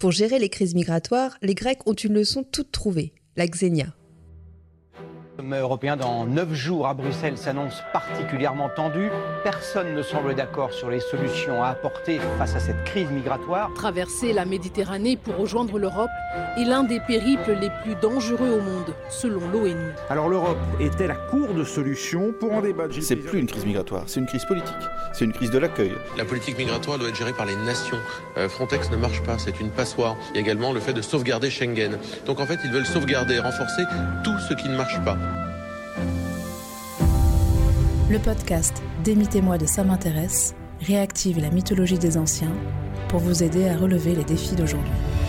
Pour gérer les crises migratoires, les Grecs ont une leçon toute trouvée, la xénia. Le sommet européen dans 9 jours à Bruxelles s'annonce particulièrement tendu. Personne ne semble d'accord sur les solutions à apporter face à cette crise migratoire. Traverser la Méditerranée pour rejoindre l'Europe est l'un des périples les plus dangereux au monde, selon l'ONU. Alors l'Europe est-elle à court de solutions pour en débattre? C'est plus une crise migratoire, c'est une crise politique. C'est une crise de l'accueil. La politique migratoire doit être gérée par les nations. Frontex ne marche pas, c'est une passoire. Il y a également le fait de sauvegarder Schengen. Donc en fait, ils veulent sauvegarder et renforcer tout ce qui ne marche pas. Le podcast Démitez-moi de Ça m'intéresse réactive la mythologie des anciens pour vous aider à relever les défis d'aujourd'hui.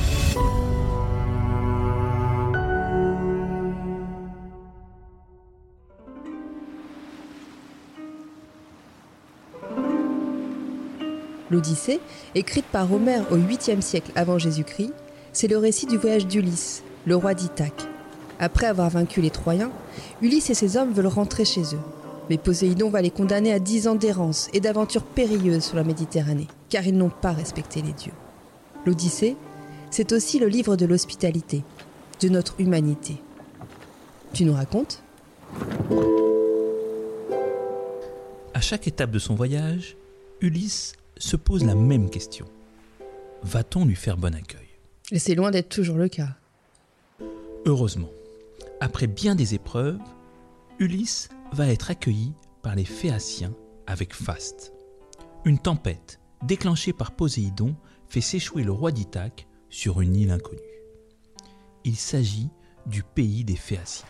L'Odyssée, écrite par Homère au 8e siècle avant Jésus-Christ, c'est le récit du voyage d'Ulysse, le roi d'Ithaque. Après avoir vaincu les Troyens, Ulysse et ses hommes veulent rentrer chez eux. Mais Poséidon va les condamner à 10 ans d'errance et d'aventures périlleuses sur la Méditerranée, car ils n'ont pas respecté les dieux. L'Odyssée, c'est aussi le livre de l'hospitalité, de notre humanité. Tu nous racontes ? À chaque étape de son voyage, Ulysse se pose la même question. Va-t-on lui faire bon accueil ? Et c'est loin d'être toujours le cas. Heureusement, après bien des épreuves, Ulysse va être accueilli par les Phéaciens avec faste. Une tempête déclenchée par Poséidon fait s'échouer le roi d'Ithaque sur une île inconnue. Il s'agit du pays des Phéaciens.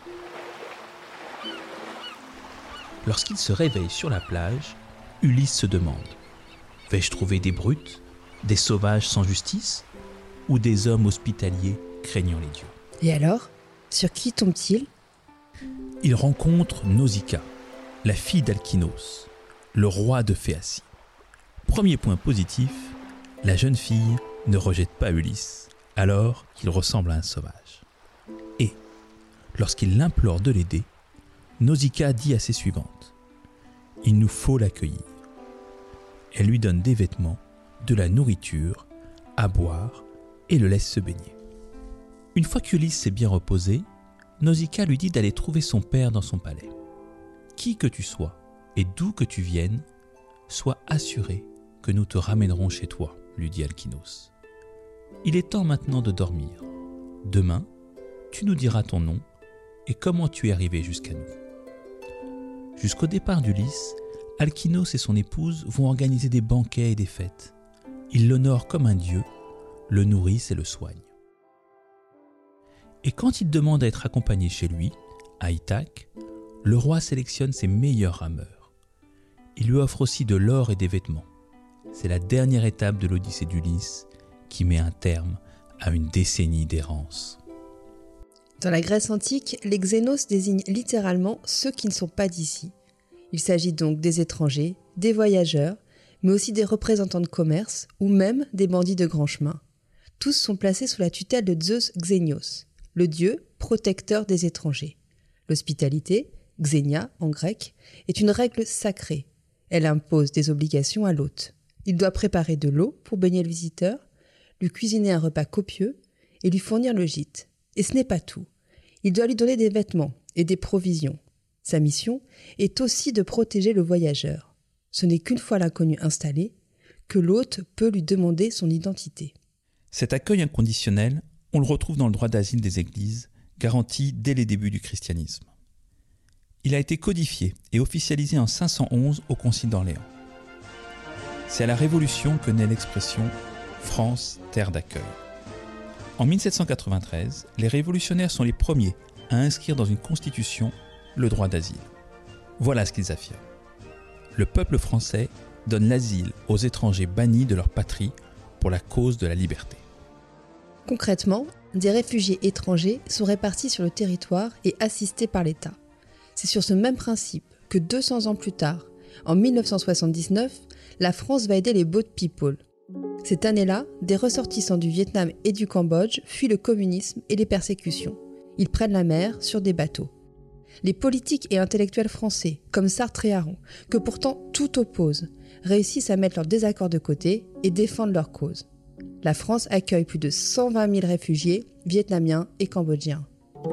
Lorsqu'il se réveille sur la plage, Ulysse se demande : vais-je trouver des brutes, des sauvages sans justice, ou des hommes hospitaliers craignant les dieux ? Et alors, sur qui tombe-t-il ? Il rencontre Nausicaa, la fille d'Alkynos, le roi de Phéacie. Premier point positif, la jeune fille ne rejette pas Ulysse, alors qu'il ressemble à un sauvage. Et, lorsqu'il l'implore de l'aider, Nausicaa dit à ses suivantes : il nous faut l'accueillir. Elle lui donne des vêtements, de la nourriture, à boire et le laisse se baigner. Une fois qu'Ulysse s'est bien reposé, Nausicaa lui dit d'aller trouver son père dans son palais. Qui que tu sois et d'où que tu viennes, sois assuré que nous te ramènerons chez toi, lui dit Alkynos. Il est temps maintenant de dormir. Demain, tu nous diras ton nom et comment tu es arrivé jusqu'à nous. Jusqu'au départ d'Ulysse, Alkynos et son épouse vont organiser des banquets et des fêtes. Ils l'honorent comme un dieu, le nourrissent et le soignent. Et quand il demande à être accompagné chez lui, à Ithaque, le roi sélectionne ses meilleurs rameurs. Il lui offre aussi de l'or et des vêtements. C'est la dernière étape de l'Odyssée d'Ulysse qui met un terme à une décennie d'errance. Dans la Grèce antique, les xénos désignent littéralement ceux qui ne sont pas d'ici. Il s'agit donc des étrangers, des voyageurs, mais aussi des représentants de commerce ou même des bandits de grand chemin. Tous sont placés sous la tutelle de Zeus Xénios, le dieu protecteur des étrangers. L'hospitalité, xénia en grec, est une règle sacrée. Elle impose des obligations à l'hôte. Il doit préparer de l'eau pour baigner le visiteur, lui cuisiner un repas copieux et lui fournir le gîte. Et ce n'est pas tout. Il doit lui donner des vêtements et des provisions. Sa mission est aussi de protéger le voyageur. Ce n'est qu'une fois l'inconnu installé que l'hôte peut lui demander son identité. Cet accueil inconditionnel, on le retrouve dans le droit d'asile des églises, garanti dès les débuts du christianisme. Il a été codifié et officialisé en 511 au Concile d'Orléans. C'est à la Révolution que naît l'expression « France, terre d'accueil ». En 1793, les révolutionnaires sont les premiers à inscrire dans une constitution le droit d'asile. Voilà ce qu'ils affirment. Le peuple français donne l'asile aux étrangers bannis de leur patrie pour la cause de la liberté. Concrètement, des réfugiés étrangers sont répartis sur le territoire et assistés par l'État. C'est sur ce même principe que 200 ans plus tard, en 1979, la France va aider les Boat People. Cette année-là, des ressortissants du Vietnam et du Cambodge fuient le communisme et les persécutions. Ils prennent la mer sur des bateaux. Les politiques et intellectuels français, comme Sartre et Aron, que pourtant tout oppose, réussissent à mettre leurs désaccords de côté et défendre leur cause. La France accueille plus de 120 000 réfugiés vietnamiens et cambodgiens.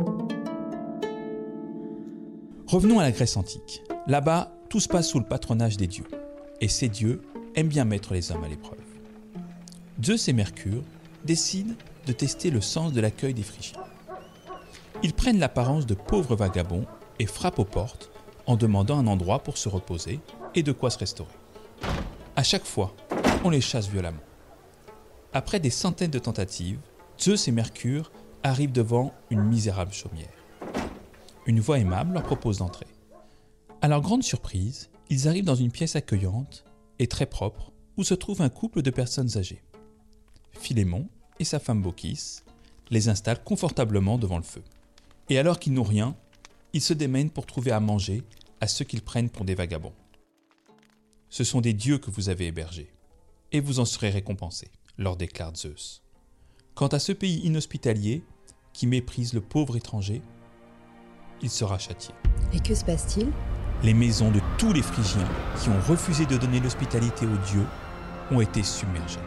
Revenons à la Grèce antique. Là-bas, tout se passe sous le patronage des dieux. Et ces dieux aiment bien mettre les hommes à l'épreuve. Zeus et Mercure décident de tester le sens de l'accueil des Phrygiens. Ils prennent l'apparence de pauvres vagabonds et frappent aux portes en demandant un endroit pour se reposer et de quoi se restaurer. À chaque fois, on les chasse violemment. Après des centaines de tentatives, Zeus et Mercure arrivent devant une misérable chaumière. Une voix aimable leur propose d'entrer. À leur grande surprise, ils arrivent dans une pièce accueillante et très propre où se trouve un couple de personnes âgées. Philémon et sa femme Baucis les installent confortablement devant le feu. Et alors qu'ils n'ont rien, ils se démènent pour trouver à manger à ceux qu'ils prennent pour des vagabonds. Ce sont des dieux que vous avez hébergés, et vous en serez récompensés, leur déclare Zeus. Quant à ce pays inhospitalier qui méprise le pauvre étranger, il sera châtié. Et que se passe-t-il ? Les maisons de tous les Phrygiens qui ont refusé de donner l'hospitalité aux dieux ont été submergées.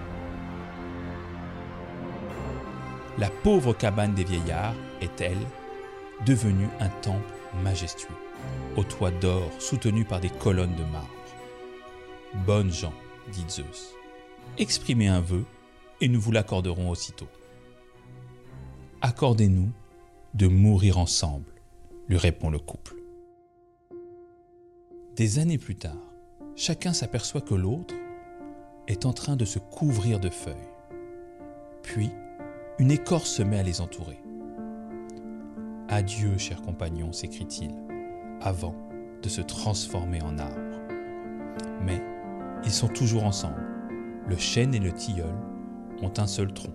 La pauvre cabane des vieillards est, elle, devenue un temple majestueux, au toit d'or soutenu par des colonnes de marbre. « Bonnes gens, dit Zeus, exprimez un vœu et nous vous l'accorderons aussitôt. »« Accordez-nous de mourir ensemble, lui répond le couple. Des années plus tard, chacun s'aperçoit que l'autre est en train de se couvrir de feuilles. Puis, une écorce se met à les entourer. « Adieu, chers compagnons, s'écrie-t-il, avant de se transformer en arbre. » Mais ils sont toujours ensemble. Le chêne et le tilleul ont un seul tronc.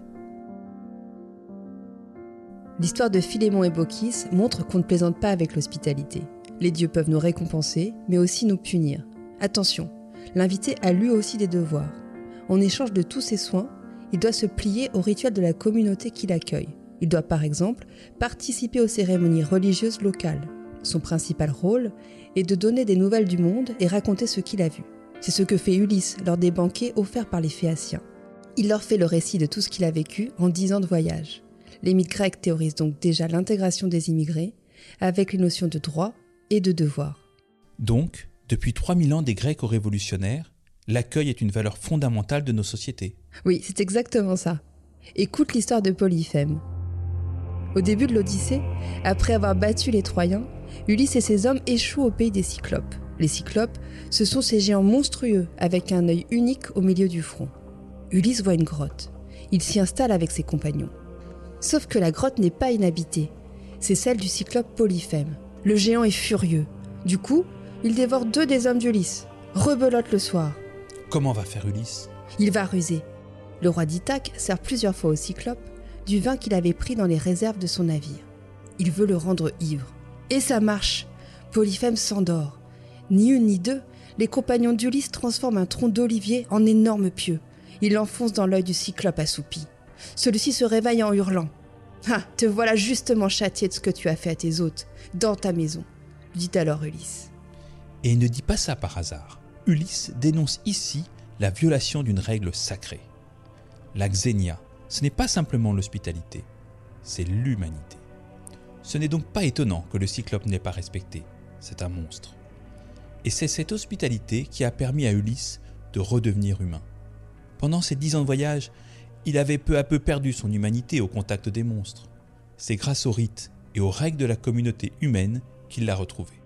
L'histoire de Philémon et Baucis montre qu'on ne plaisante pas avec l'hospitalité. Les dieux peuvent nous récompenser, mais aussi nous punir. Attention, l'invité a lui aussi des devoirs. En échange de tous ses soins, il doit se plier aux rituels de la communauté qui l'accueille. Il doit par exemple participer aux cérémonies religieuses locales. Son principal rôle est de donner des nouvelles du monde et raconter ce qu'il a vu. C'est ce que fait Ulysse lors des banquets offerts par les Phéaciens. Il leur fait le récit de tout ce qu'il a vécu en 10 ans de voyage. Les mythes grecs théorisent donc déjà l'intégration des immigrés avec les notions de droit et de devoir. Donc, depuis 3000 ans des Grecs aux révolutionnaires, l'accueil est une valeur fondamentale de nos sociétés. Oui, c'est exactement ça. Écoute l'histoire de Polyphème. Au début de l'Odyssée, après avoir battu les Troyens, Ulysse et ses hommes échouent au pays des Cyclopes. Les Cyclopes, ce sont ces géants monstrueux avec un œil unique au milieu du front. Ulysse voit une grotte. Il s'y installe avec ses compagnons. Sauf que la grotte n'est pas inhabitée. C'est celle du Cyclope Polyphème. Le géant est furieux. Du coup, il dévore 2 des hommes d'Ulysse. Rebelote le soir. Comment va faire Ulysse ? Il va ruser. Le roi d'Ithaque sert plusieurs fois au Cyclope du vin qu'il avait pris dans les réserves de son navire. Il veut le rendre ivre. Et ça marche. Polyphème s'endort. Ni une ni deux, les compagnons d'Ulysse transforment un tronc d'olivier en énorme pieu. Ils l'enfoncent dans l'œil du Cyclope assoupi. Celui-ci se réveille en hurlant. « Ah, te voilà justement châtié de ce que tu as fait à tes hôtes, dans ta maison », dit alors Ulysse. Et il ne dit pas ça par hasard. Ulysse dénonce ici la violation d'une règle sacrée. La xénia, ce n'est pas simplement l'hospitalité, c'est l'humanité. Ce n'est donc pas étonnant que le Cyclope n'ait pas respecté, c'est un monstre. Et c'est cette hospitalité qui a permis à Ulysse de redevenir humain. Pendant ces 10 ans de voyage, il avait peu à peu perdu son humanité au contact des monstres. C'est grâce aux rites et aux règles de la communauté humaine qu'il l'a retrouvé.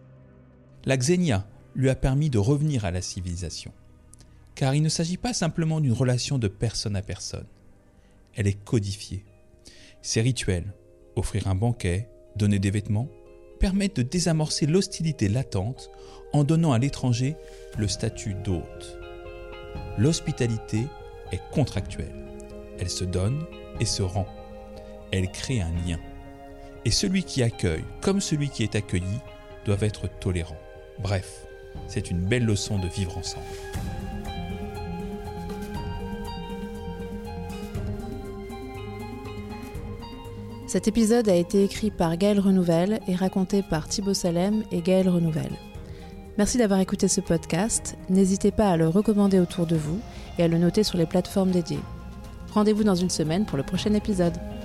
La xénia lui a permis de revenir à la civilisation. Car il ne s'agit pas simplement d'une relation de personne à personne. Elle est codifiée. Ces rituels, offrir un banquet, donner des vêtements, permettent de désamorcer l'hostilité latente en donnant à l'étranger le statut d'hôte. L'hospitalité est contractuelle. Elle se donne et se rend. Elle crée un lien. Et celui qui accueille, comme celui qui est accueilli, doivent être tolérants. Bref, c'est une belle leçon de vivre ensemble. Cet épisode a été écrit par Gaël Renouvelle et raconté par Thibaut Salem et Gaël Renouvelle. Merci d'avoir écouté ce podcast. N'hésitez pas à le recommander autour de vous et à le noter sur les plateformes dédiées. Rendez-vous dans une semaine pour le prochain épisode.